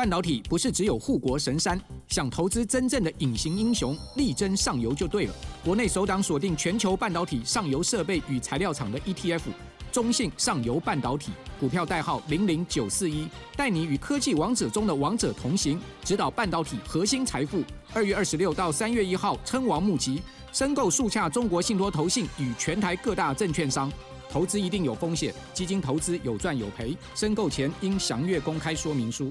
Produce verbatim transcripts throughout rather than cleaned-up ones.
半导体不是只有护国神山，想投资真正的隐形英雄，力争上游就对了。国内首档锁定全球半导体上游设备与材料厂的 E T F， 中信上游半导体，股票代号零零九四一，带你与科技王者中的王者同行，指导半导体核心财富。二月二十六到三月一号，称王募集，申购速洽中国信托投信与全台各大证券商。投资一定有风险，基金投资有赚有赔，申购前应详阅公开说明书。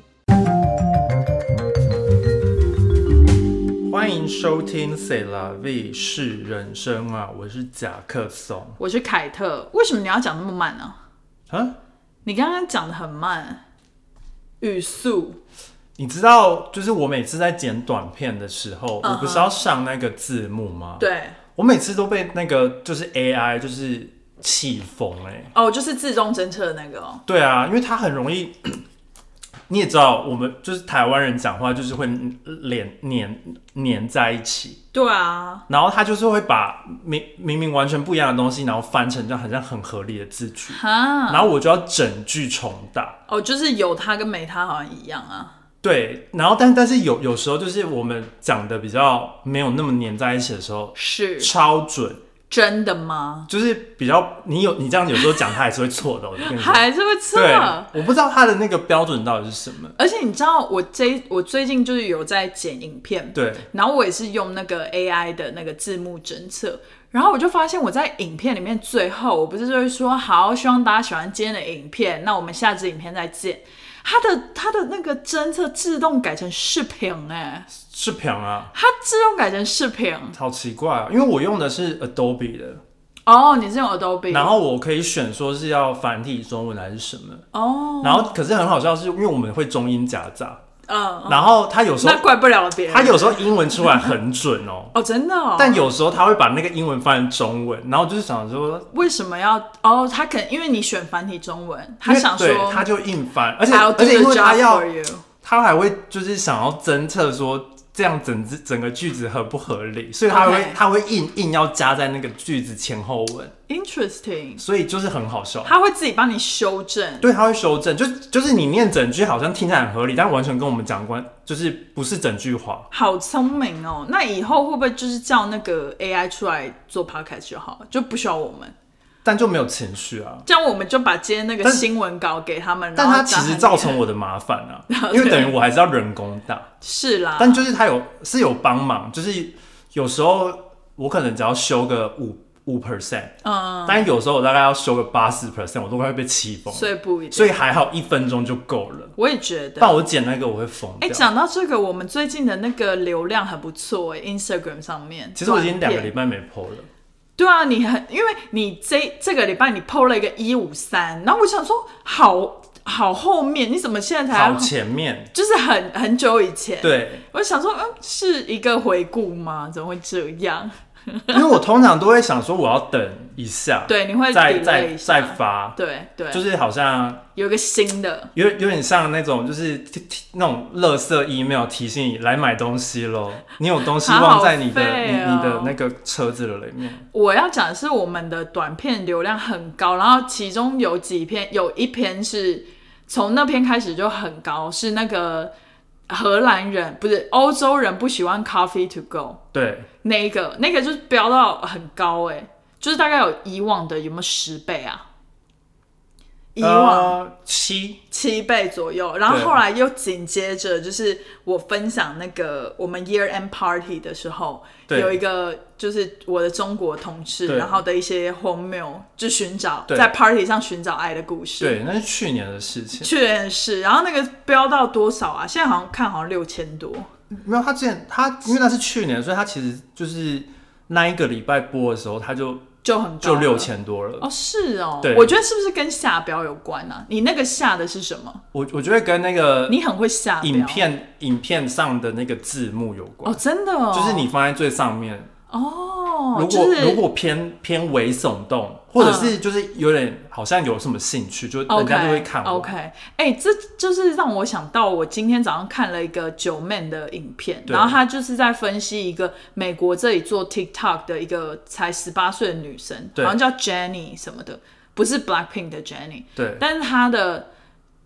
欢迎收听 C'est la vie 是人生啊，我是贾克松， 我是凯特。为什么你要讲那么慢呢？ 啊？ 你刚刚讲的很慢，语速。 你知道，就是我每次在剪短片的时候， uh-huh. 我不是要上那个字幕吗？ 对， 我每次都被那个就是 A I 就是气疯哎。 哦，就是自动侦测的那个哦。 对啊，因为它很容易。你也知道，我们就是台湾人讲话就是会连黏黏在一起。 对啊。 然后他就是会把明明明完全不一样的东西，然后翻成这样，好像很合理的字句。然后我就要整句重打。 哦，就是有他跟没他好像一样啊。 对，然后但但是有有时候就是我们讲的比较没有那么黏在一起的时候， 是超准。 真的吗？ 就是比较你有你这样有时候讲他还是会错的，我就跟你说还是会错。 对，我不知道他的那个标准到底是什么。 而且你知道我这我最近就是有在剪影片， 对， 然后我也是用那个 A I 的那个字幕侦测，然后我就发现我在影片里面最后我不是就会说好，希望大家喜欢今天的影片，那我们下支影片再见。它的它的那个侦测自动改成视频哎， 视频啊， 它自动改成视频， 好奇怪啊！因为我用的是 Adobe 的哦，你是用 Adobe， 然后我可以选说是要繁体中文还是什么哦， 然后可是很好笑是，因为我们会中英夹杂， 嗯， 然后他有时候那怪不了别人， 他有时候英文出来很准哦， 哦，真的哦， 但有时候他会把那个英文翻成中文，然后就是想说为什么要哦？他可能因为你选繁体中文，他想说对，他就硬翻，而且而且因为他要，他还会就是想要侦测说这样整整个句子合不合理，所以他会、okay. 他会硬硬要加在那个句子前后文。 Interesting， 所以就是很好笑， 他会自己帮你修正。 对，他会修正，就就是你念整句好像听起来很合理，但完全跟我们讲关，就是不是整句话。 好聪明哦！那以后会不会就是叫那个 A I 出来做 podcast 就好了，就不需要我们？ 但就没有情绪啊， 这样我们就把今天那个新闻稿给他们， 但它其实造成我的麻烦啊，因为等于我还是要人工打。是啦，但就是它有是有帮忙，就是有时候我可能只要修个五五 percent， 嗯，但有时候我大概要修个八十 percent， 我都会被气疯， 所以不一定， 所以还好一分钟就够了。 我也觉得， 但我剪那个我会疯掉。哎， 讲到这个，我们最近的那个流量很不错哎 ，Instagram 上面， 其实我已经两个礼拜没 po 了。 对啊，你很因为你这这个礼拜你 po 了一个一五三，然后我想说好好后面，你怎么现在才好前面？ 就是很很久以前。 对， 我想说，嗯，是一个回顾吗？怎么会这样？ 因为我通常都会想说，我要等一下， 对，你会再再再发， 对对， 就是好像有一个新的， 有有点像那种就是那种垃圾 email 提醒你来买东西咯，你有东西忘在你的、哦、你, 你的那个车子里面。 我要讲的是我们的短片流量很高，然后其中有几篇，有一篇是从那篇开始就很高，是那个。荷兰人不是欧洲人不喜欢 coffee to go， 对， 那个那个就是飙到很高哎、欸，就是大概有以往的有没有十倍啊？以往、 呃、七七倍左右，然后后来又紧接着就是我分享那个我们 year end party 的时候，有一个就是我的中国同事，然后的一些荒谬，就寻找在 party 上寻找爱的故事。 对，那是去年的事情。 去年是，然后那个飙到多少啊？现在好像看好像六千多。 没有，他之前他因为那是去年，所以他其实就是那一个礼拜播的时候，他就。 就很高就六千多了哦，是哦， 对， 我觉得是不是跟下标有关啊？你那个下的是什么？ 我我觉得跟那个你很会下标， 影片影片上的那个字幕有关哦，真的哦， 就是你放在最上面哦， 如果、就是、如果偏偏微耸动，或者是就是有点好像有什么兴趣，嗯、就人家就会看我。 OK， 哎、欸，这就是让我想到，我今天早上看了一个九妹的影片，然后他就是在分析一个美国这里做 TikTok 的一个才十八岁的女生，好像叫 Jenny 什么的，不是 Blackpink 的 Jenny， 对， 但是她的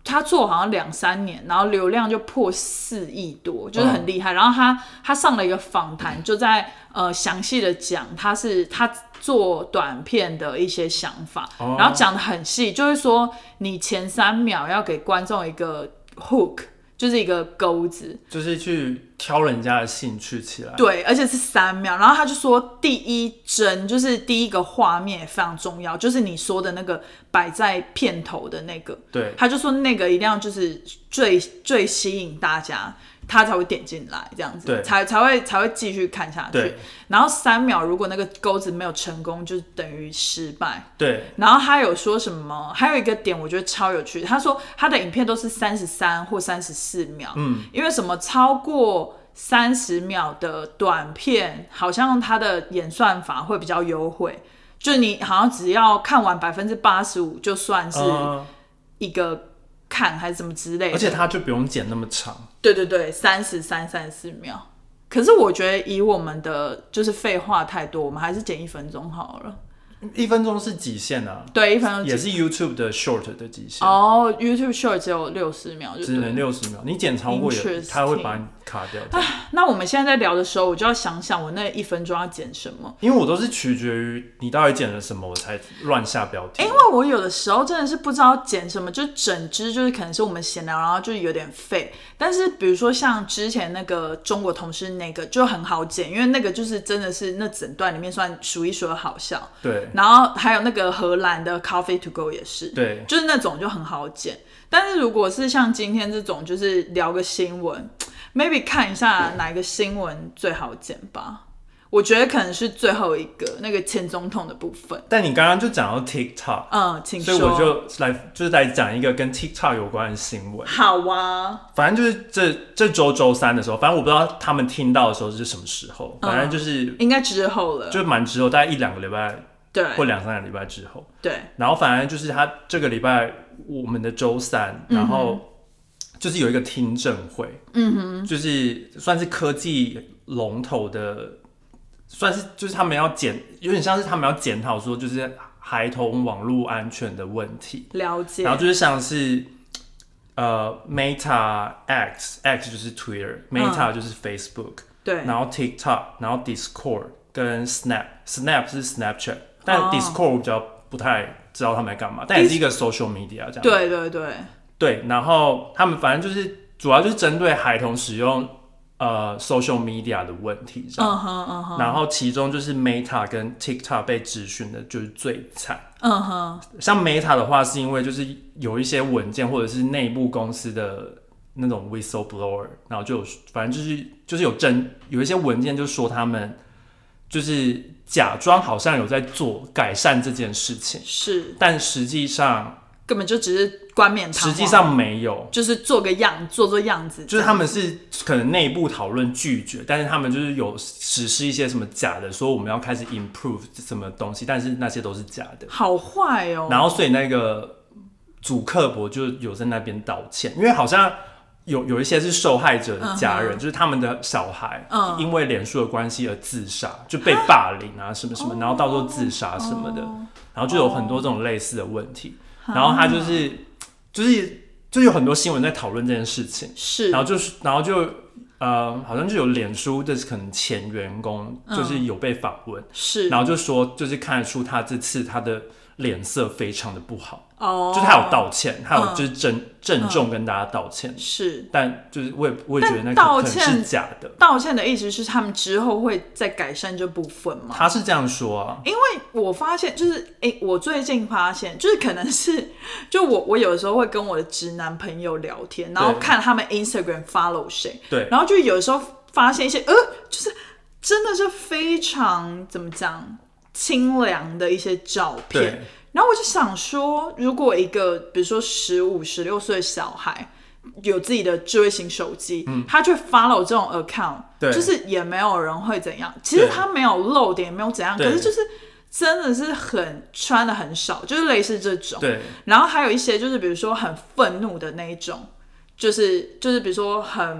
他做好像两三年，然后流量就破四亿多，就是很厉害。嗯、然后他他上了一个访谈，就在呃详细的讲他是他做短片的一些想法，哦、然后讲的很细，就是说你前三秒要给观众一个 hook。就是一个钩子， 就是去挑人家的兴趣起来。 对，而且是三秒。然后他就说，第一帧就是第一个画面也非常重要，就是你说的那个摆在片头的那个。 对， 他就说那个一定要就是最最吸引大家，他才会点进来，这样子， 对， 才才会才会继续看下去。 对， 然后三秒如果那个钩子没有成功，就等于失败。 对。 然后他有说什么？还有一个点我觉得超有趣，他说他的影片都是三十三或三十四秒，嗯，因为什么超过三十秒的短片，好像他的演算法会比较优惠，就是你好像只要看完百分之八十五就算是一个。看还是什么之类的， 而且它就不用剪那么长。 对对对，三十三、三十四秒。可是我觉得以我们的就是废话太多，我们还是剪一分钟好了。 一分钟是极限啊， 对，一分钟也是 YouTube 的 Short 的极限。 哦、oh, ，YouTube Short 只有六十秒就， 只能六十秒，你剪超过也，它会把你卡掉。 那我们现在在聊的时候，我就要想想我那一分钟要剪什么， 因为我都是取决于你到底剪了什么，我才乱下标题。 因为我有的时候真的是不知道剪什么，就整支就是可能是我们闲聊，然后就是有点废。但是比如说像之前那个中国同事那个就很好剪，因为那个就是真的是那整段里面算数一数二好笑。 对， 然后还有那个荷兰的 Coffee to Go 也是， 对， 就是那种就很好剪。但是如果是像今天这种，就是聊个新闻 ，maybe 看一下哪一个新闻最好剪吧。我觉得可能是最后一个那个前总统的部分。 但你刚刚就讲到 TikTok， 嗯，请说。 所以我就来就是来讲一个跟 TikTok 有关的新闻。 好啊。 反正就是这这周周三的时候，反正我不知道他们听到的时候是什么时候，反正就是、 嗯、应该之后了， 就蛮之后，大概一两个礼拜。 对， 或两三个礼拜之后， 对， 然后反正就是他这个礼拜我们的周三，然后就是有一个听证会，嗯哼，就是算是科技龙头的，算是就是他们要检，有点像是他们要检讨说就是孩童网络安全的问题， 了解， 然后就是像是呃 Meta X X 就是 Twitter、嗯、Meta 就是 Facebook， 对， 然后 TikTok， 然后 Discord 跟 Snap Snap 是 Snapchat。但 Discord 我比较不太知道他们在干嘛，但也是一个 social media 这样。 对对对对，然后他们反正就是主要就是针对孩童使用呃 social media 的问题这样。嗯哼嗯哼。然后其中就是 Meta 跟 TikTok 被质询的就是最惨。嗯哼。像 Meta 的话，是因为就是有一些文件或者是内部公司的那种 whistleblower， 然后就有反正就是就是有真有一些文件就说他们就是假装好像有在做改善这件事情， 是， 但实际上根本就只是冠冕堂皇， 实际上没有， 就是做个样，做做样子， 就是他们是可能内部讨论拒绝，但是他们就是有实施一些什么假的，说我们要开始 improve 什么东西，但是那些都是假的， 好坏哦。 然后所以那个祖克伯就有在那边道歉，因为好像。有有一些是受害者的家人， uh-huh. 就是他们的小孩、uh-huh. 因为脸书的关系而自杀，就被霸凌啊什么什么， uh-huh. 然后到时候自杀什么的， uh-huh. 然后就有很多这种类似的问题， uh-huh. 然后他就是就是就有很多新闻在讨论这件事情， 是， 然后就是然后就呃好像就有脸书的可能前员工就是有被访问，是、uh-huh. 然后就说就是看得出他这次他的脸色非常的不好。哦、oh, ，就是他有道歉，他有就是郑郑、嗯、重跟大家道歉， 是， 但就是我也我也觉得那可能是假的。 道歉的意思是他们之后会再改善这部分吗？ 他是这样说啊， 因为我发现就是，哎、欸，我最近发现就是可能是，就我我有的时候会跟我的直男朋友聊天，然后看他们 Instagram follow 谁， 对， 然后就有的时候发现一些呃，就是真的是非常怎么讲清凉的一些照片。然后我就想说，如果一个比如说十五、十六岁的小孩有自己的智慧型手机，嗯、他去 follow 这种 account， 就是也没有人会怎样。其实他没有漏点，也没有怎样，可是就是真的是很穿的很少，就是类似这种。对。然后还有一些就是比如说很愤怒的那一种，就是就是比如说很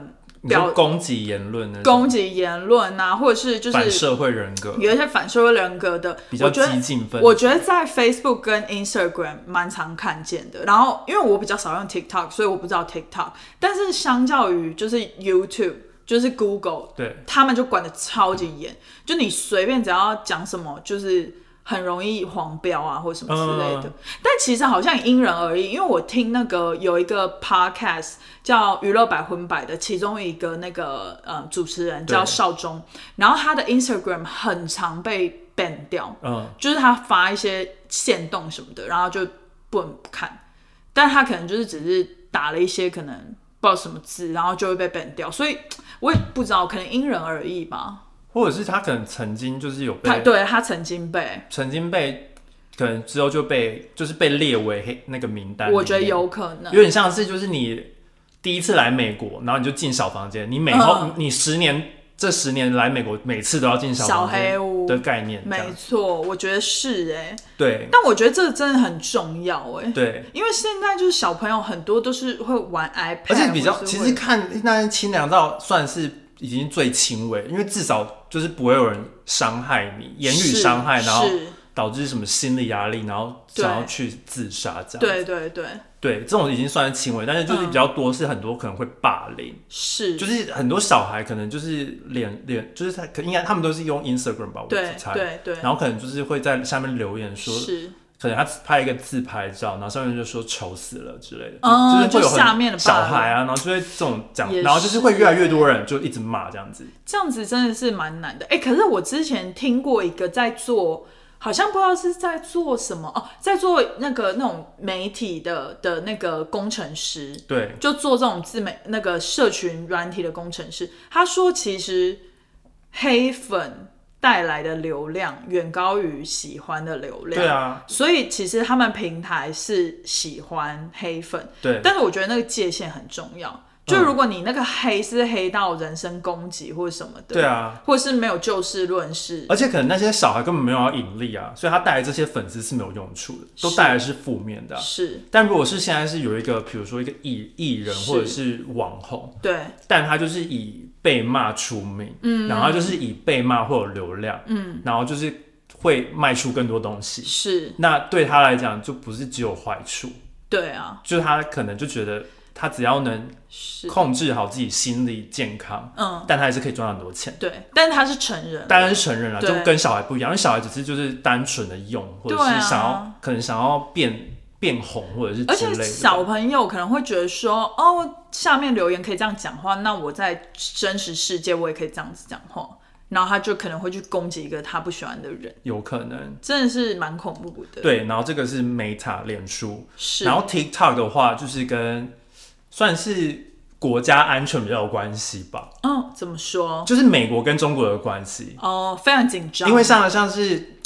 表攻击言论的攻击言论啊，或者是就是反社会人格， 有一些反社会人格的比较激进分子。 我觉得在 Facebook 跟 Instagram 蛮常看见的。然后因为我比较少用 TikTok， 所以我不知道 TikTok。但是相较于就是 YouTube， 就是 Google， 对， 他们就管得超级严，就你随便只要讲什么，就是很容易黄标啊，或什么之类的。嗯、但其实好像因人而异，因为我听那个有一个 podcast 叫娱乐百分百的，其中一个那个呃主持人叫邵忠，然后他的 Instagram 很常被 ban 掉，嗯，就是他发一些限动什么的，然后就不能不看，但他可能就是只是打了一些可能不知道什么字，然后就会被 ban 掉，所以我也不知道，可能因人而异吧。 或者是他可能曾经就是有被，他对他曾经被， 曾经被，可能之后就被就是被列为黑那个名单。 我觉得有可能， 有点像是就是你第一次来美国，然后你就进小房间，你每后、嗯、你十年这十年来美国，每次都要进小房间的概念。 没错，我觉得是哎、欸， 对。 但我觉得这个真的很重要哎、欸， 对， 因为现在就是小朋友很多都是会玩 iPad， 而且比较其实看那些清凉照算是已经最轻微，因为至少就是不会有人伤害你，言语伤害，然后导致什么心理压力，然后想要去自杀这样。 对对对对，这种已经算是轻微，但是就是比较多是很多可能会霸凌， 是、嗯、 就是很多小孩可能就是脸脸就是他可应该他们都是用 Instagram 吧，我猜， 对对对， 然后可能就是会在下面留言说是。可能他拍一个自拍照，然后上面就说丑死了之类的， 嗯、 就是会有就下面的小孩啊，然后就会这种讲，然后就是会越来越多人就一直骂这样子。 这样子真的是蛮难的。哎、欸，可是我之前听过一个在做，好像不知道是在做什么哦，在做那个那种媒体的的那个工程师， 对， 就做这种自媒那个社群软体的工程师。他说，其实黑粉带来的流量远高于喜欢的流量， 对啊， 所以其实他们平台是喜欢黑粉， 对， 但是我觉得那个界限很重要。就如果你那个黑是黑到人身攻击或者什么的， 对啊， 或者是没有就事论事， 而且可能那些小孩根本没有要盈利啊，所以他带来这些粉丝是没有用处的，都带来是负面的、啊。 是， 但如果是现在是有一个，比如说一个艺艺人或者是网红， 对， 但他就是以被骂出名，嗯，然后就是以被骂会有流量，嗯，然后就是会卖出更多东西， 是， 那对他来讲就不是只有坏处， 对啊， 就是他可能就觉得。他只要能控制好自己心理健康，嗯，但他还是可以赚很多钱。 对，但是他是成人， 当然是成人了，就跟小孩不一样。因为小孩只是就是单纯的用，或者是想要、啊、可能想要变变红，或者是之类的。 而且小朋友可能会觉得说，哦，下面留言可以这样讲话，那我在真实世界我也可以这样子讲话。然后他就可能会去攻击一个他不喜欢的人， 有可能， 真的是蛮恐怖的。 对，然后这个是 Meta 脸书， 是， 然后 TikTok 的话就是跟算是国家安全比较有关系吧。 嗯，怎么说？ 就是美国跟中国的关系。 哦，非常紧张。 因为像像是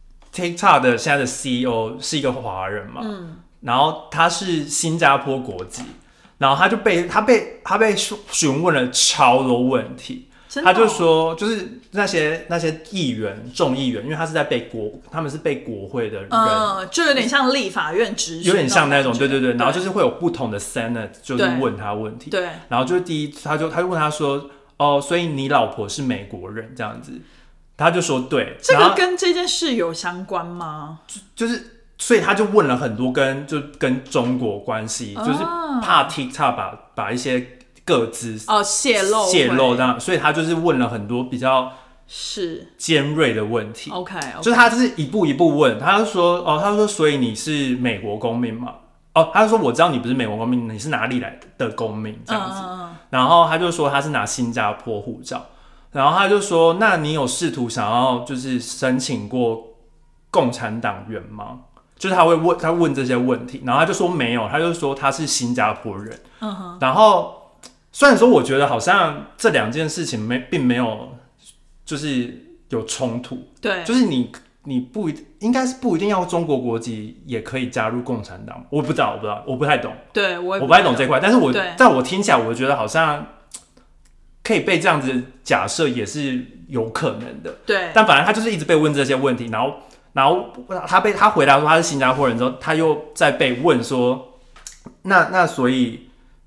TikTok 的现在的 C E O 是一个华人嘛，嗯，然后他是新加坡国籍，然后他就被他被他被询问了超多问题。 哦、 他就说，就是那些那些议员、众议员，因为他是在被国，他们是被国会的人， 嗯，就有点像立法院质询， 有点像那种，对对对。然后就是会有不同的 Senate， 就是问他问题， 对。 然后就是第一，他就他就问他说，哦，所以你老婆是美国人这样子，他就说对。 这个跟这件事有相关吗？ 就, 就是所以他就问了很多跟就跟中国关系，哦、就是怕 TikTok 把把一些。各自哦泄露泄露这样，所以他就是问了很多比较是尖锐的问题。 OK，, okay. 就是他就是一步一步问，他就说哦，他就说所以你是美国公民吗？哦，他就说我知道你不是美国公民，你是哪里来的公民这样子。嗯、然后他就说他是拿新加坡护照，然后他就说那你有试图想要就是申请过共产党员吗？就是他会问他问这些问题，然后他就说没有，他就说他是新加坡人。嗯、然后。虽然说我觉得好像这两件事情没并没有就是有冲突， 对， 就是你你不应该是不一定要中国国籍也可以加入共产党，我不知道，我不知道，我不太懂， 对我也不, 我不太懂这块，但是我在我听起来，我觉得好像可以被这样子假设也是有可能的， 对， 但反正他就是一直被问这些问题，然后然后他被他回答说他是新加坡人之后，他又再被问说，那那所以。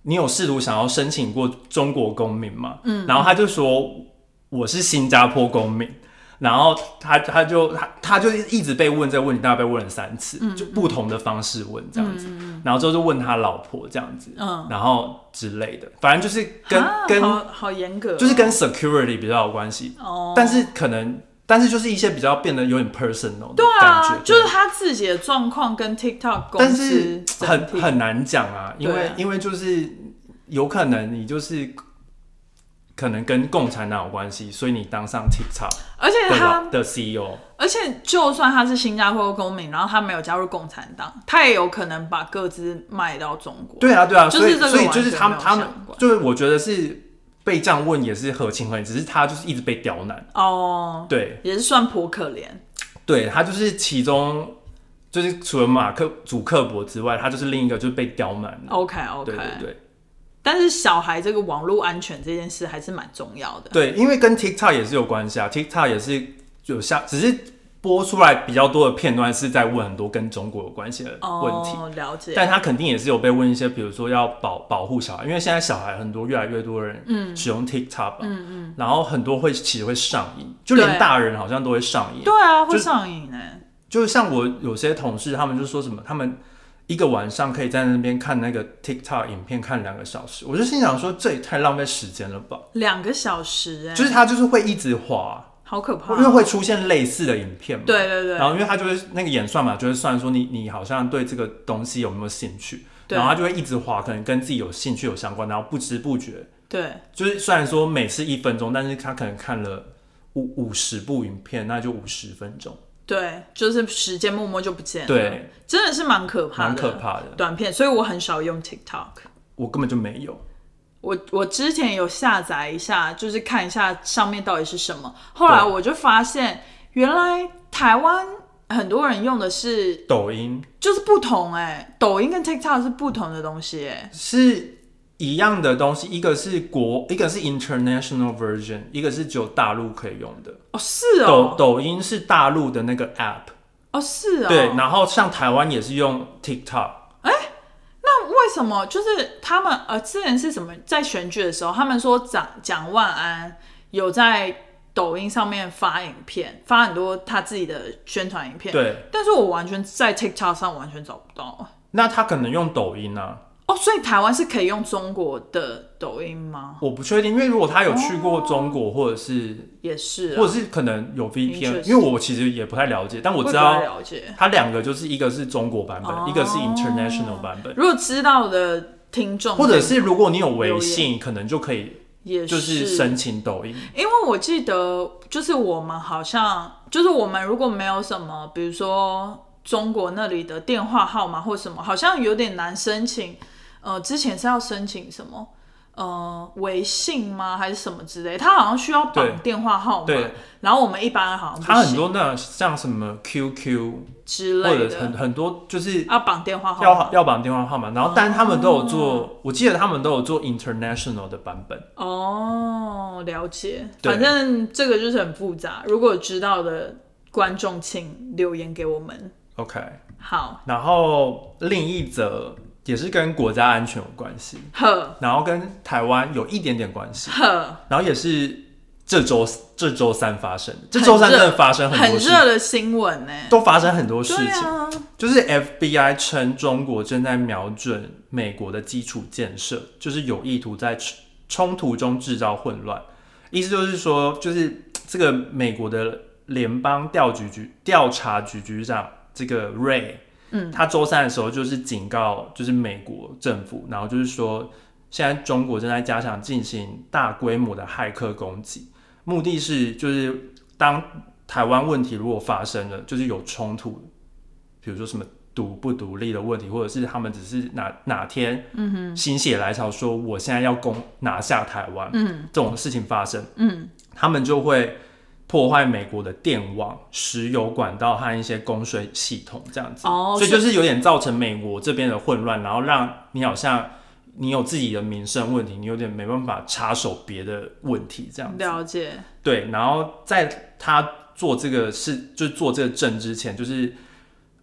你有试图想要申请过中国公民吗？嗯，然后他就说我是新加坡公民，然后他他就他他就一直被问这个问题，大概被问了三次，嗯、就不同的方式问这样子，嗯、然后之后就问他老婆这样子，嗯、然后之类的，反正就是跟、啊、跟好好严格、哦， 就是跟 security 比较有关系，哦，但是可能。但是就是一些比较变得有点 personal 的感觉， 对啊，就是他自己的状况跟 TikTok 公司， 但是很很难讲啊，因为因为就是有可能你就是可能跟共产党有关系，所以你当上 TikTok， 而且他的 C E O， 而且就算他是新加坡公民，然后他没有加入共产党，他也有可能把个资卖到中国。 对啊，对啊， 就是这个所以就是他们他们就是我觉得是。被这样问也是合情合理，只是他就是一直被刁难哦，对， 也是算颇可怜。 对，他就是其中就是除了马克祖克伯之外，他就是另一个就是被刁难的。 OK OK， 对对对。 但是小孩这个网络安全这件事还是蛮重要的。 对，因为跟 TikTok 也是有关系啊 ，TikTok 也是有下，只是播出来比较多的片段是在问很多跟中国有关系的问题， 哦，了解。 但他肯定也是有被问一些，比如说要保保护小孩，因为现在小孩很多越来越多人使用 TikTok， 嗯嗯，然后很多会其实会上瘾，就连大人好像都会上瘾。 对啊，会上瘾呢、欸。 就像我有些同事，他们就说什么，他们一个晚上可以在那边看那个 TikTok 影片看两个小时，我就心想说，这也太浪费时间了吧？ 两个小时、欸， 就是他就是会一直滑。 好可怕、哦， 因为会出现类似的影片嘛。 对对对。 然后因为他就会那个演算嘛，就会算说你你好像对这个东西有没有兴趣，然后他就会一直滑，可能跟自己有兴趣有相关，然后不知不觉， 对， 就是虽然说每次一分钟，但是他可能看了五五十部影片，那就五十分钟。 对，就是时间默默就不见了。 对， 真的是蛮可怕的， 蛮可怕的短片，所以我很少用 TikTok。 我根本就没有。 我我之前有下载一下，就是看一下上面到底是什么。后来我就发现，原来台湾很多人用的是抖音， 就是不同哎、欸，抖音跟 TikTok 是不同的东西哎、欸， 是一样的东西，一个是国，一个是 international version， 一个是只有大陆可以用的。 哦，是哦， 抖抖音是大陆的那个 app。 哦，是哦， 对，然后像台湾也是用 TikTok。 哎、欸。那为什么就是他们呃之前是什么在选举的时候，他们说蒋蒋万安有在抖音上面发影片，发很多他自己的宣传影片， 对， 但是我完全在 TikTok 上完全找不到。 那他可能用抖音啊。 哦，所以台湾是可以用中国的抖音吗？ 我不确定，因为如果他有去过中国，或者是也是、啊， 或者是可能有 V P N， 因为我其实也不太了解，但我知道它两个就是一个是中国版本，哦、一个是 international 版本。 如果知道的听众， 或者是如果你有微信，可能就可以，就是申请抖音。 因为我记得，就是我们好像，就是我们如果没有什么，比如说中国那里的电话号码或什么，好像有点难申请。呃，之前是要申请什么？呃，微信吗？还是什么之类？他好像需要绑电话号码，然后我们一般好像不行。 他很多那像什么 Q Q 之类的， 或者很很多就是要绑电话号码， 要要绑电话号码。然后，但是他们都有做，哦、我记得他们都有做 international 的版本。 哦，了解。反正这个就是很复杂。如果有知道的观众，请留言给我们。 OK， 好。 然后另一则。也是跟国家安全有关系，然后跟台湾有一点点关系，然后也是这周这周三发生的，这周三真的发生很多事， 很热的新闻呢， 都发生很多事情。 啊、 就是 F B I 称中国正在瞄准美国的基础建设，就是有意图在冲突中制造混乱。意思就是说，就是这个美国的联邦调局局调查局局长这个 Ray。嗯，他周三的时候就是警告，就是美国政府，然后就是说，现在中国正在加强进行大规模的骇客攻击，目的是就是当台湾问题如果发生了，就是有冲突，比如说什么独不独立的问题，或者是他们只是哪哪天心血来潮说我现在要攻拿下台湾，嗯，这种事情发生，嗯，他们就会。破坏美国的电网、石油管道和一些供水系统，这样子，哦、所以就是有点造成美国这边的混乱，然后让你好像你有自己的民生问题，你有点没办法插手别的问题，这样子。 了解。 对，然后在他做这个事，就做这个证之前，就是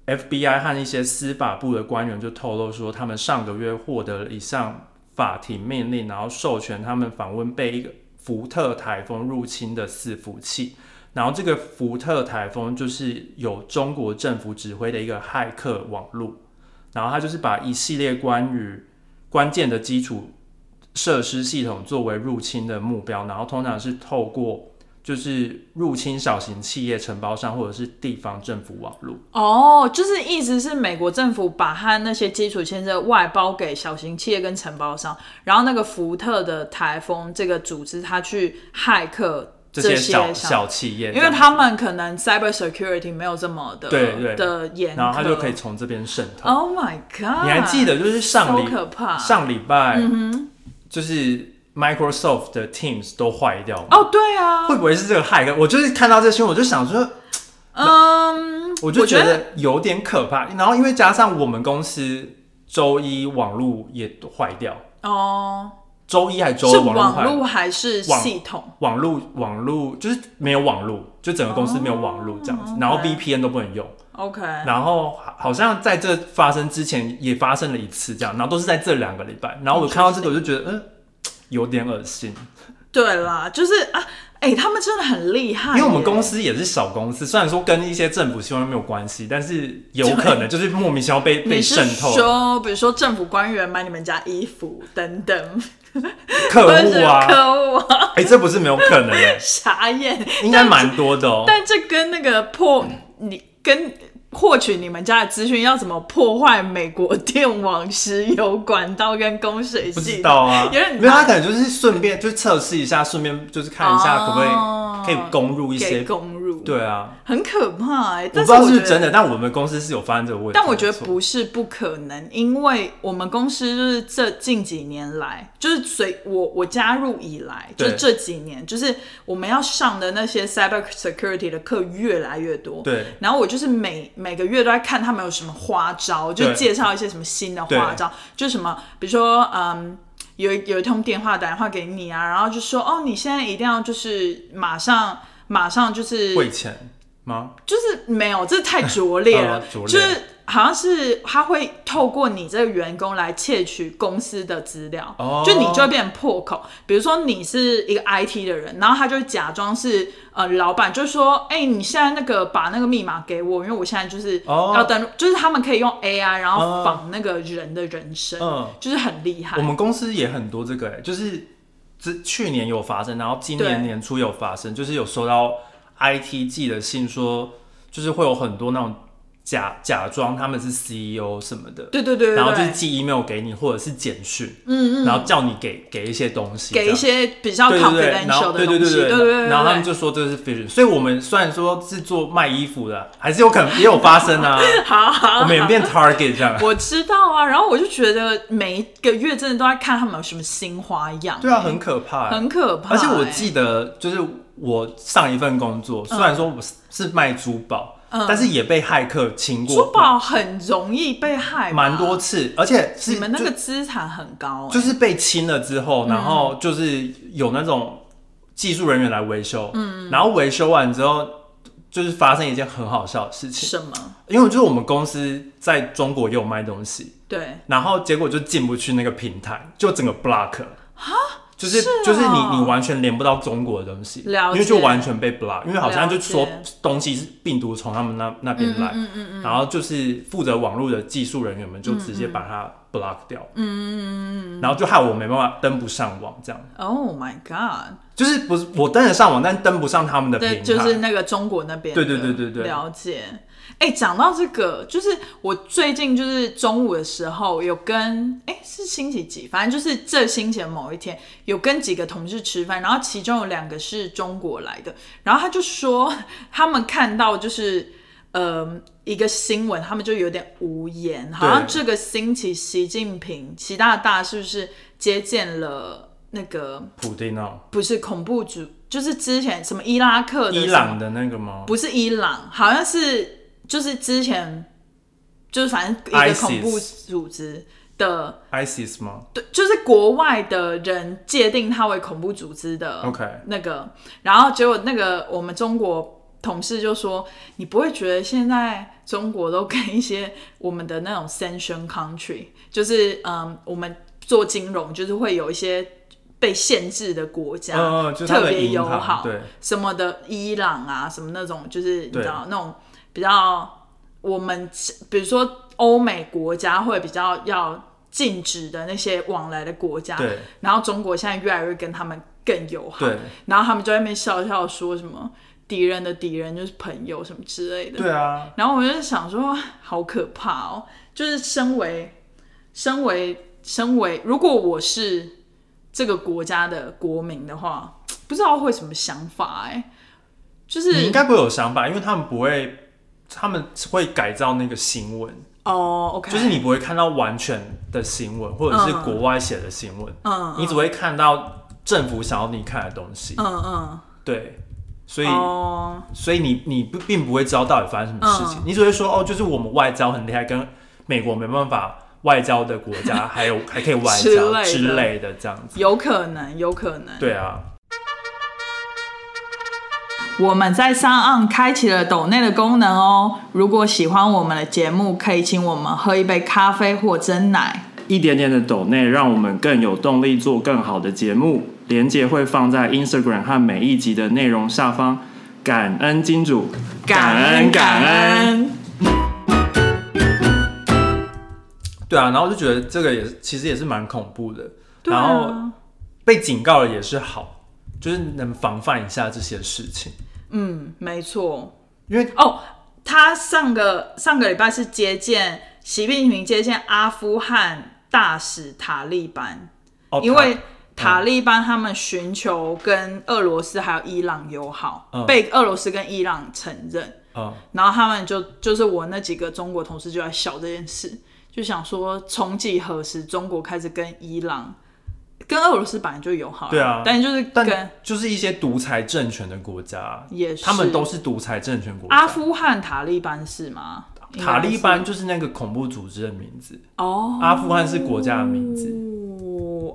F B I 和一些司法部的官员就透露说，他们上个月获得了一项法庭命令，然后授权他们访问被一个福特台风入侵的伺服器。然后这个福特台风就是由中国政府指挥的一个骇客网路，然后它就是把一系列关于关键的基础设施系统作为入侵的目标，然后通常是透过就是入侵小型企业承包商或者是地方政府网路。 哦，就是意思是美国政府把它那些基础建设外包给小型企业跟承包商，然后那个福特的台风这个组织它去骇客这些 小, 小企业， 因为他们可能 cyber security 没有这么的对对的严格， 然后他就可以从这边渗透。 Oh my god！ 你还记得就是上礼、 so 可怕上礼拜、 嗯、 就是 Microsoft 的 Teams 都坏掉吗？ 哦，对啊， 会不会是这个骇客？我就是看到这新闻，我就想说，嗯，我就觉得有点可怕。然后因为加上我们公司周一网路也坏掉哦。周一还是周二网路？是网路还是系统？ 网路网路就是没有网路，就整个公司没有网路这样子， oh, okay. 然后 V P N 都不能用。 OK， 然后好像在这发生之前也发生了一次这样，然后都是在这两个礼拜。然后我看到这个我就觉得，嗯，有点恶心。 对啦，就是啊。哎、欸，他们真的很厉害， 因为我们公司也是小公司，虽然说跟一些政府机关没有关系，但是有可能就是莫名其妙被被渗透。 你是说，比如说政府官员买你们家衣服等等， 客户啊， 客户啊， 哎、欸，这不是没有可能的， 傻眼， 应该蛮多的哦。 但这跟那个破你跟。获取你们家的资讯要怎么破坏美国电网、石油管道跟供水系统？ 不知道啊，因为他可能就是顺便就测试一下，顺便就是看一下可不可以、哦、可以攻入一些攻入。 对啊， 很可怕哎、欸！ 我不知道是不是真的，但我们公司是有发生这个问题。 但我觉得不是不可能，因为我们公司就是这近几年来，就是随我我加入以来，就是这几年，就是我们要上的那些 cyber security 的课越来越多。对，然后我就是每每个月都在看他们有什么花招，就介绍一些什么新的花招，就什么比如说嗯。有一有一通电话打电话给你啊，然后就说哦，你现在一定要就是马上马上就是汇钱吗？ 就是没有，这太拙劣了， 呃、拙劣就是好像是他会透过你这个员工来窃取公司的资料，哦、就你就会变成破口。比如说你是一个 I T 的人，然后他就假装是呃老板，就说哎、欸，你现在那个把那个密码给我，因为我现在就是要登录，哦、就是他们可以用 A I 然后仿那个人的人声，嗯、就是很厉害。 我们公司也很多这个、欸，就是去年有发生，然后今年年初有发生，就是有收到 I T 寄的信说，就是会有很多那种。假假装他们是 C E O 什么的， 对对 对, 對， 然后就是寄 email 给你，或者是简讯，嗯嗯，然后叫你给给一些东西， 给一些比较 confidential 的东西，对对对 对, 對, 對, 對，然后他们就说这是 phishing， 所以我们虽然说是做卖衣服的，还是有可能也有发生啊， 好, 好, 好， 我们也变 target 这样， 我知道啊，然后我就觉得每一个月真的都在看他们有什么新花样， 对啊，很可怕， 很可怕， 而且我记得就是我上一份工作，虽然说我是卖珠宝。嗯、但是也被骇客侵过， 珠宝很容易被害， 蛮多次，而且是你们那个资产很高、欸， 就是被侵了之后，然后就是有那种技术人员来维修，嗯，然后维修完之后，就是发生一件很好笑的事情， 什么？ 因为就是我们公司在中国也有卖东西， 对， 然后结果就进不去那个平台，就整个 block 了，哈。就是是、哦、 就是你你完全连不到中国的东西，因为就完全被 block， 因为好像就说东西是病毒从他们那那边来，嗯嗯嗯嗯、然后就是负责网络的技术人员们就直接把它 block 掉，嗯嗯嗯、然后就害我没办法登不上网这样。 Oh my god！ 就是不是我登得上网，但登不上他们的平台， 就是那个中国那边。 对对对对对， 了解。哎、欸，讲到这个，就是我最近就是中午的时候有跟哎、欸、是星期几，反正就是这星期的某一天有跟几个同事吃饭，然后其中有两个是中国来的，然后他就说他们看到就是呃一个新闻，他们就有点无言，好像这个星期习近平习大大是不是接见了那个普丁哦？ 不是恐怖主，就是之前什么伊拉克的伊朗的那个吗？ 不是伊朗，好像是。就是之前，就是反正一个恐怖组织的 I S I S 吗？ 对，就是国外的人界定它为恐怖组织的那个， okay. 然后结果那个我们中国同事就说，你不会觉得现在中国都跟一些我们的那种 sanction country， 就是嗯，我们做金融就是会有一些被限制的国家、 嗯嗯、特别友好， 对什么的，伊朗啊什么那种，就是你知道那种比较我们比如说欧美国家会比较要禁止的那些往来的国家， 对， 然后中国现在越来越跟他们更友好，对，然后他们就在那边笑笑说什么敌人的敌人就是朋友什么之类的， 对啊， 然后我就想说好可怕哦，就是身为身为身为如果我是这个国家的国民的话，不知道会什么想法哎、欸，就是你应该不会有想法，因为他们不会，他们会改造那个新闻哦、oh, ，OK， 就是你不会看到完全的新闻，或者是国外写的新闻，嗯，你只会看到政府想要你看的东西，嗯嗯，对，所以、oh. 所以你你并不会知道到底发生什么事情，嗯、你只会说哦，就是我们外交很厉害，跟美国没办法。外交的国家还有还可以外交之类的这样子， 有可能，有可能。 对啊， 我们在SoundOn开启了抖内的功能哦。如果喜欢我们的节目，可以请我们喝一杯咖啡或珍奶。 一点点的抖内，让我们更有动力做更好的节目。连结会放在 Instagram 和每一集的内容下方。感恩金主， 感恩感恩。 对啊，然后我就觉得这个也其实也是蛮恐怖的、啊，然后被警告了也是好，就是能防范一下这些事情。 嗯，没错， 因为哦，他上个上个礼拜是接见习近平接见阿富汗大使塔利班，哦、因为塔利班他们寻求跟俄罗斯还有伊朗友好，嗯、被俄罗斯跟伊朗承认，嗯、然后他们就就是我那几个中国同事就在笑这件事。就想说，从几何时中国开始跟伊朗、跟俄罗斯本来就友好， 对啊， 但就是跟但就是一些独裁政权的国家， 也是他们都是独裁政权国家。 阿富汗塔利班是吗？ 塔利班就是那个恐怖组织的名字哦，阿富汗是国家的名字。 哦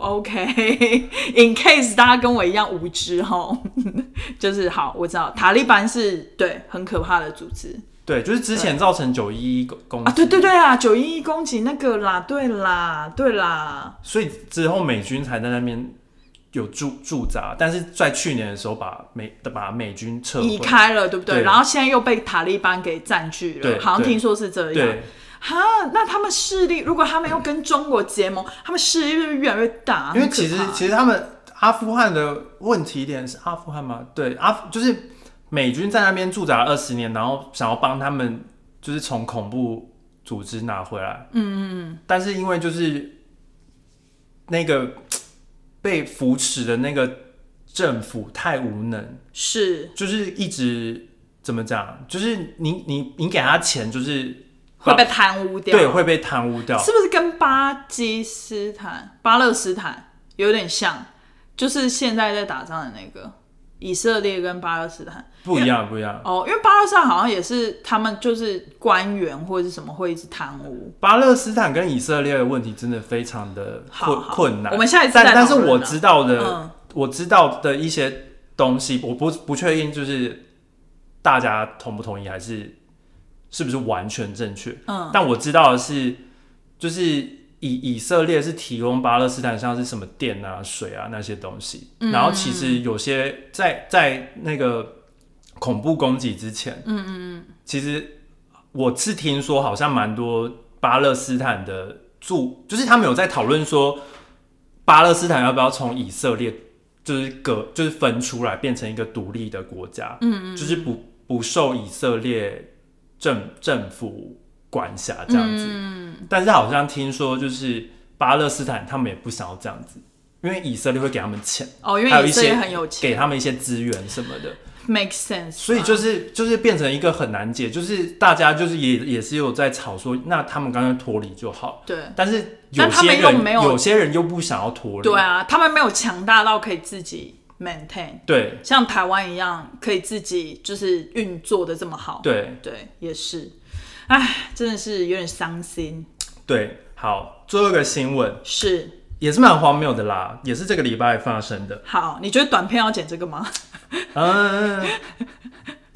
，OK，in case 大家跟我一样无知哈，就是好，我知道塔利班是对很可怕的组织。 对，就是之前造成九一一攻击啊，对对对啊，九一一攻击那个啦，对啦，对啦， 所以之后美军才在那边有驻驻扎，但是在去年的时候把美把美军撤移开了，对不对？ 对， 然后现在又被塔利班给占据了，好像听说是这样。 对， 哈，那他们势力，如果他们又跟中国结盟，他们势力就越来越大。 因为其实其实他们阿富汗的问题点是阿富汗吗？对，阿就是美军在那边驻扎了二十年，然后想要帮他们就是从恐怖组织拿回来。嗯嗯嗯。但是因为就是那个被扶持的那个政府太无能， 是就是一直怎么讲？就是你你你给他钱，就是会被贪污掉， 对，会被贪污掉， 是不是跟巴基斯坦、巴勒斯坦有点像？就是现在在打仗的那个以色列跟巴勒斯坦不一样，不一样哦，因为巴勒斯坦好像也是他们就是官员或者是什么会一直贪污。 巴勒斯坦跟以色列的问题真的非常的困困难。 我们下一次再讨论。 但但是我知道的，嗯、我知道的一些东西，我不不确定就是大家同不同意，还是是不是完全正确。嗯，但我知道的是，就是以以色列是提供巴勒斯坦像是什么电啊、水啊那些东西，嗯、然后其实有些在在那个恐怖攻击之前，嗯嗯其实我是听说好像蛮多巴勒斯坦的住，就是他们有在讨论说，巴勒斯坦要不要从以色列就是隔就是分出来变成一个独立的国家，嗯嗯就是不不受以色列政政府管辖这样子，嗯，但是好像听说就是巴勒斯坦他们也不想要这样子，因为以色列会给他们钱， 哦，因为以色列很有钱， 给他们一些资源什么的 ，make sense， 所以就是就是变成一个很难解，就是大家就是也也是有在吵说，那他们刚刚脱离就好， 对， 但是有些人没有，有些人又不想要脱离， 对啊，他们没有强大到可以自己maintain， 对，像台湾一样可以自己就是运作的这么好， 对对，也是。唉，真的是有点伤心。 对，好，最后一个新闻是也是蛮荒谬的啦，也是这个礼拜发生的。 好，你觉得短片要剪这个吗？ 嗯，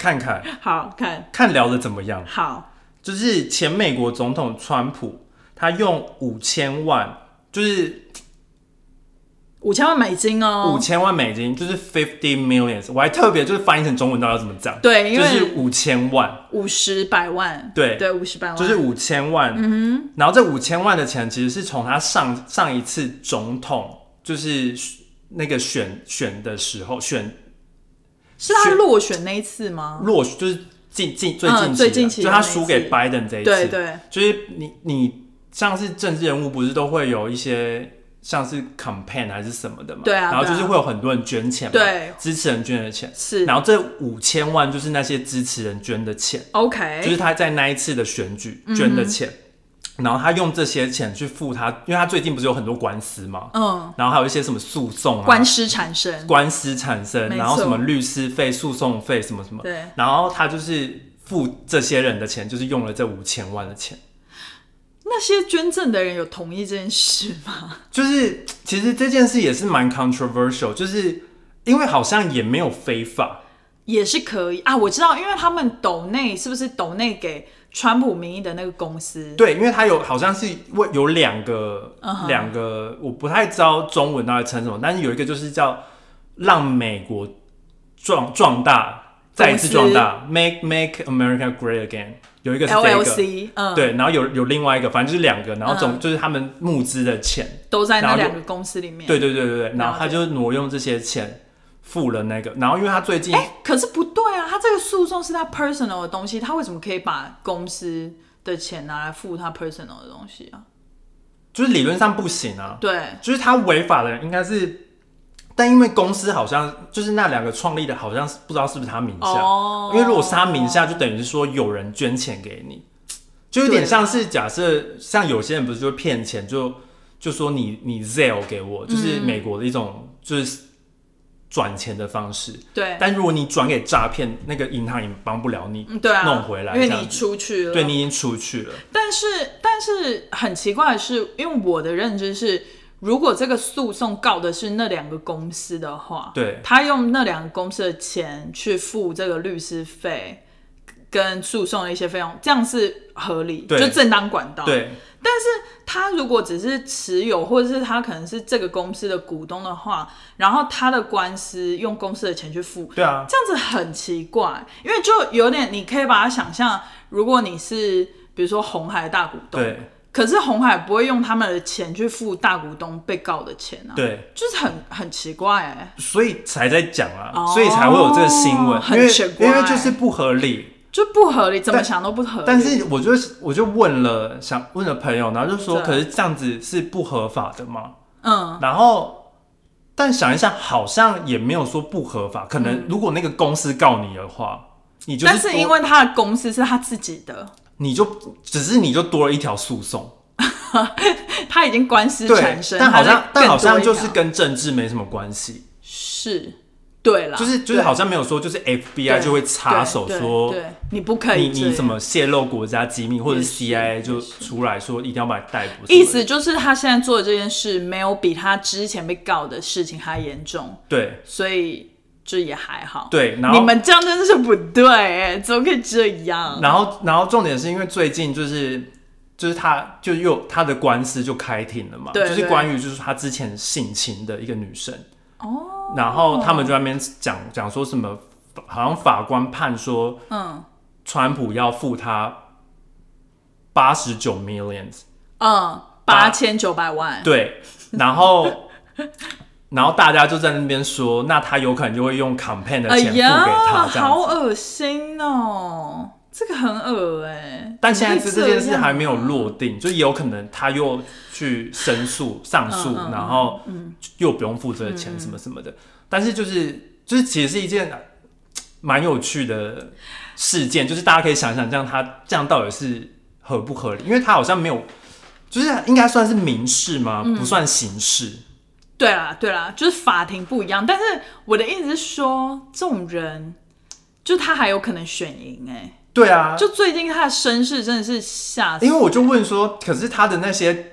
看看， 好看看聊的怎么样？ 好， 就是前美国总统川普，他用五千万，就是五千万美金哦， 五千万美金就是 fifty millions， 我还特别就是翻译成中文，到底要怎么讲？ 对，因为就是五千万， 五十百万， 对对，五十百万， 就是五千万。嗯哼，然后这五千万的钱其实是从他上上一次总统就是那个选选的时候选， 是他落选那一次吗？ 落就是近近最近期、嗯、 最近期就他输给 Biden 这一次， 对对， 就是你你像是政治人物不是都会有一些。像是 campaign 还是什么的嘛， 对啊， 然后就是会有很多人捐钱嘛， 对， 支持人捐的钱是， 然后这五千万就是那些支持人捐的钱 ，OK， 就是他在那一次的选举捐的钱，嗯、然后他用这些钱去付他，因为他最近不是有很多官司嘛，嗯，然后还有一些什么诉讼啊， 官司产生， 官司产生，然后什么律师费、诉讼费什么什么， 对， 然后他就是付这些人的钱，就是用了这五千万的钱。 那些捐赠的人有同意这件事吗？ 就是其实这件事也是蛮 controversial， 就是因为好像也没有非法， 也是可以啊。我知道，因为他们抖内是不是抖内给川普名义的那个公司？ 对，因为他有好像是有两个两、uh-huh. 个，我不太知道中文到底称什么，但是有一个就是叫让美国壮壮大，再一次壮大 ，Make Make America Great Again。有一个是这个 L L C， 嗯， 对，然后有有另外一个，反正就是两个，然后总、嗯、就是他们募资的钱都在那两个公司里面。 对对对对对，然后他就挪用这些钱付了那个，然后因为他最近， 哎，可是不对啊，他这个诉讼是他 personal 的东西，他为什么可以把公司的钱拿来付他 personal 的东西啊？ 就是理论上不行啊， 对， 就是他违法的人应该是。但因为公司好像就是那两个创立的，好像是不知道是不是他名下，哦、因为如果是他名下，就等于是说有人捐钱给你，就有点像是假设像有些人不是就骗钱，就就说你你 Zelle 给我，就是美国的一种就是转钱的方式。 对， 但如果你转给诈骗，那个银行也帮不了你， 对啊， 弄回来， 因为你出去了， 对你已经出去了。 但是但是很奇怪的是，因为我的认知是。如果这个诉讼告的是那两个公司的话， 对， 他用那两个公司的钱去付这个律师费跟诉讼的一些费用，这样是合理，就正当管道。 对， 但是他如果只是持有，或者是他可能是这个公司的股东的话，然后他的官司用公司的钱去付， 对啊， 这样子很奇怪，因为就有点，你可以把它想象，如果你是比如说鸿海大股东， 对。 可是鸿海不会用他们的钱去付大股东被告的钱啊， 对， 就是很很奇怪哎、欸， 所以才在讲啊、哦，所以才会有这个新闻， 很奇怪， 因为就是不合理， 就不合理，怎么想都不合理。 但是我就我就问了，想问了朋友，然后就说，可是这样子是不合法的吗？嗯，然后但想一想，好像也没有说不合法，可能如果那个公司告你的话，嗯、你就是， 但是因为他的公司是他自己的。 你就只是你就多了一条诉讼， 他已经官司产生， 但好像但好像就是跟政治没什么关系， 是，对啦， 就是就是好像没有说就是 F B I 就会插手说， 对，你不可以， 你你什么泄露国家机密，或者 C I A 就出来说一定要把你逮捕， 意思就是他现在做的这件事没有比他之前被告的事情还严重， 对， 所以。就也还好， 对，然后你们这样真的是不对，哎，怎么可以这样？ 然后，然后重点是因为最近就是就是他就又他的官司就开庭了嘛， 对， 就是关于就是他之前性侵的一个女生，哦，然后他们就在那边讲讲说什么，好像法官判说，嗯，川普要付他八十九 millions， 嗯， 八千九百万， 对，然后。然后大家就在那边说，那他有可能就会用 campaign 的钱付给他，这样子、 哎、好恶心哦，这个很恶哎。 但现在这件事还没有落定，就也有可能他又去申诉、上诉、嗯嗯，然后又不用付这个钱什么什么的。嗯、但是就是就是其实是一件蛮有趣的事件，就是大家可以想想，这样他这样到底是合不合理？因为他好像没有，就是应该算是民事吗？嗯、不算刑事。 对啦，对啦，就是法庭不一样，但是我的意思是说，这种人，就他还有可能选赢哎、欸。 对啊， 就最近他的声势真的是吓死。 因为我就问说，可是他的那些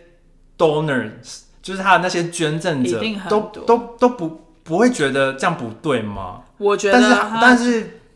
donors， 就是他的那些捐赠者，都都都不不会觉得这样不对吗？ 我觉得但是但是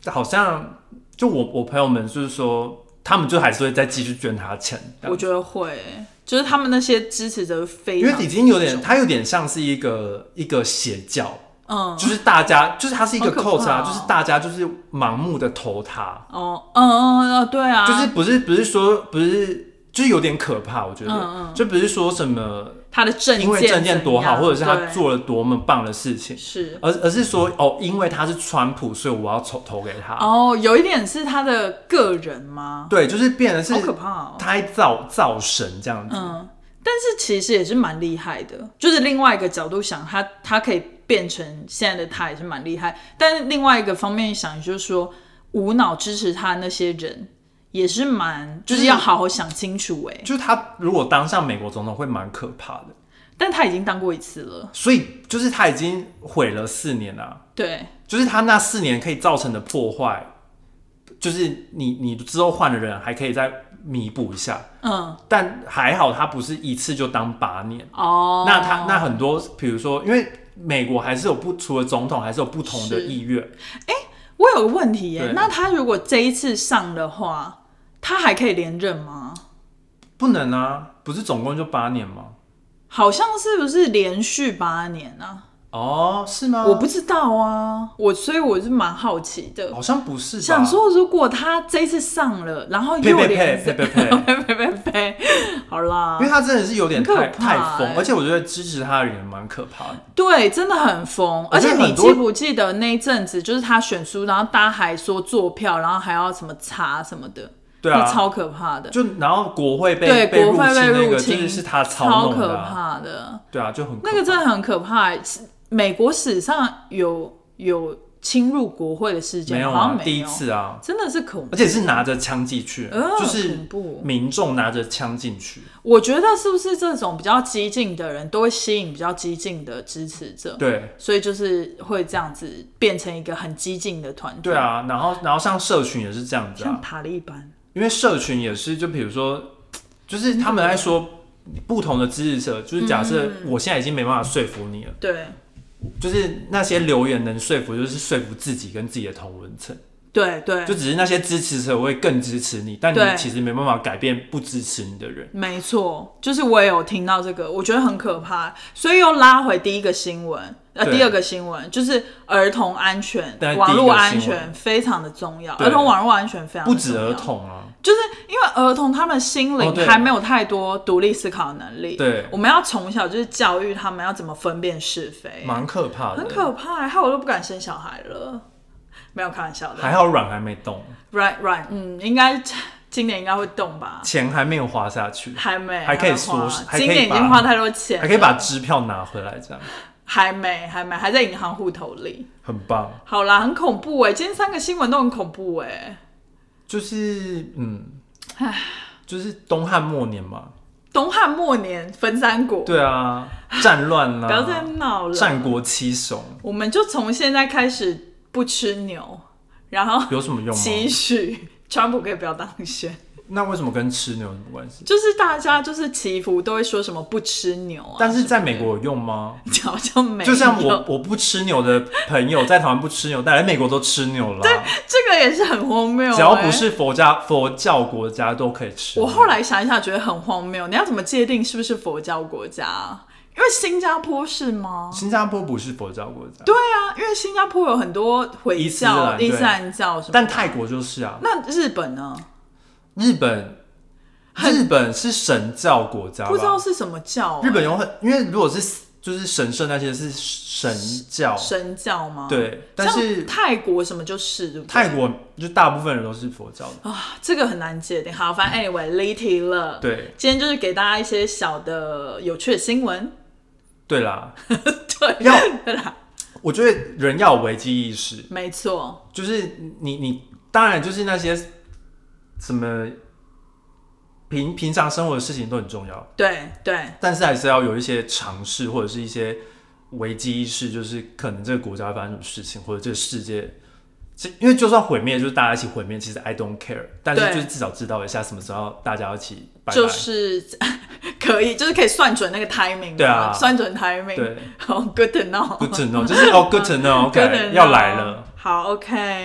好像就我我朋友们就是说，他们就还是会再继续捐他钱。 我觉得会，就是他们那些支持者非常， 因为已经有点，他有点像是一个一个邪教。嗯，就是大家，就是它是一个 cult 啊，就是大家就是盲目的投他。 哦，嗯嗯嗯，对啊， 就是不是不是说不是，就是有点可怕，我觉得，嗯嗯就不是说什么他的证件因为证件多好，或者是他做了多么棒的事情， 是， 而而是说哦，因为他是川普，所以我要投投给他。 哦，有一点是他的个人吗？ 对，就是变成是好可怕哦， 他造造神这样子。 嗯，但是其实也是蛮厉害的，就是另外一个角度想，他他可以变成现在的他也是蛮厉害，但是另外一个方面想，就是说无脑支持他那些人也是蛮，就是要好好想清楚哎、欸， 就是他如果当上美国总统会蛮可怕的， 但他已经当过一次了， 所以就是他已经毁了四年了、啊， 对， 就是他那四年可以造成的破坏，就是你你之后换的人还可以再弥补一下，嗯，但还好他不是一次就当八年哦，那他那很多比如说因为。美国还是有不除了总统，还是有不同的意愿。 哎、欸，我有个问题耶，那他如果这一次上的话，他还可以连任吗？ 不能啊，不是总共就八年吗？ 好像是不是连续八年啊？ 哦，是吗？ 我不知道啊，我所以我是蛮好奇的。 好像不是吧， 想说如果他这一次上了，然后又连呸呸呸呸呸呸呸呸，好啦， 因为他真的是有点太太疯，而且我觉得支持他的人蛮可怕的。 对，真的很疯。而且你记不记得那一阵子，就是他选书，然后大家还说做票，然后还要什么查什么的。 对啊， 超可怕的。 就然后国会被对被入侵那个，就是是他操弄的、 啊，超可怕的。 对啊，就很可怕那个真的很可怕。美国史上有有侵入国会的事件， 没有啊，好像没有第一次啊， 真的是恐怖， 而且是拿着枪进去， 呃、 就是民众拿着枪进去。 我觉得是不是这种比较激进的人都会吸引比较激进的支持者？ 对， 所以就是会这样子变成一个很激进的团队。 对啊，然后然后像社群也是这样子啊， 像塔利班， 因为社群也是，就比如说，就是他们在说不同的支持者，就是假设我现在已经没办法说服你了， 嗯、对。 就是那些留言能说服，就是说服自己跟自己的同温层。 对对， 就只是那些支持者会更支持你，但你其实没办法改变不支持你的人。 没错，就是我也有听到这个，我觉得很可怕。所以又拉回第一个新闻，呃，第二个新闻就是儿童安全、网络安全非常的重要。儿童网络安全非常的重要， 不止儿童啊， 就是因为儿童他们心灵还没有太多独立思考的能力。 对， 我们要从小就是教育他们要怎么分辨是非， 蛮可怕的， 很可怕，害我都不敢生小孩了。没有开玩笑的， 还好卵还没动。 软软，嗯，应该今年应该会动吧？ 钱还没有花下去， 还没， 还可以说， 今年已经花太多钱了， 还可以把支票拿回来，这样。 还没，还没，还在银行户头里。 很棒。 好啦，很恐怖哎、欸，今天三个新闻都很恐怖哎、欸。 就是嗯，就是东汉末年嘛。 东汉末年分三国。 对啊，战乱啦， 不要再闹了。 战国七雄， 我们就从现在开始不吃牛，然后有什么用吗？ 期许川普可以不要当选。 那为什么跟吃牛有什么关系？ 就是大家就是祈福都会说什么不吃牛啊， 但是在美国有用吗？ 好像没有。 就像我我不吃牛的朋友在台湾不吃牛，但来美国都吃牛了。 对，这个也是很荒谬、欸。 只要不是佛家佛教国家都可以吃。 我后来想一下，觉得很荒谬。你要怎么界定是不是佛教国家？因为新加坡是吗？ 新加坡不是佛教国家。 对啊，因为新加坡有很多回教、伊斯兰教什么的。 但泰国就是啊。 那日本呢？ 日本，日本是神教国家吧， 不知道是什么教、欸。 日本有很，因为如果是就是神圣那些是神教， 神教吗？ 对，但是泰国什么就是，对不对？ 泰国就大部分人都是佛教的啊，这个很难界定。好，反正 anyway 离题了。 对， 今天就是给大家一些小的有趣的新闻。 对啦， 对， 要对啦。 我觉得人要有危机意识， 没错， 就是你你当然就是那些。什么平平常生活的事情都很重要， 对对， 但是还是要有一些尝试或者是一些危机意识，就是可能这个国家会发生什么事情，或者这个世界，因为就算毁灭，就是大家一起毁灭，其实 I don't care， 但是就是至少知道一下什么时候大家一起拜拜， 就是可以，就是可以算准那个 timing， 对啊， 算准 timing， 对， 好、oh, good to know， good to know， 就是哦、oh, good to know，OK， good to know 要来了， 好 OK。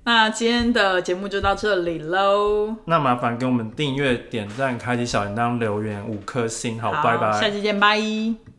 那今天的节目就到这里喽。 那麻烦给我们订阅、点赞、开启小铃铛、留言五颗星，好， 好， 拜拜， 下期见，拜。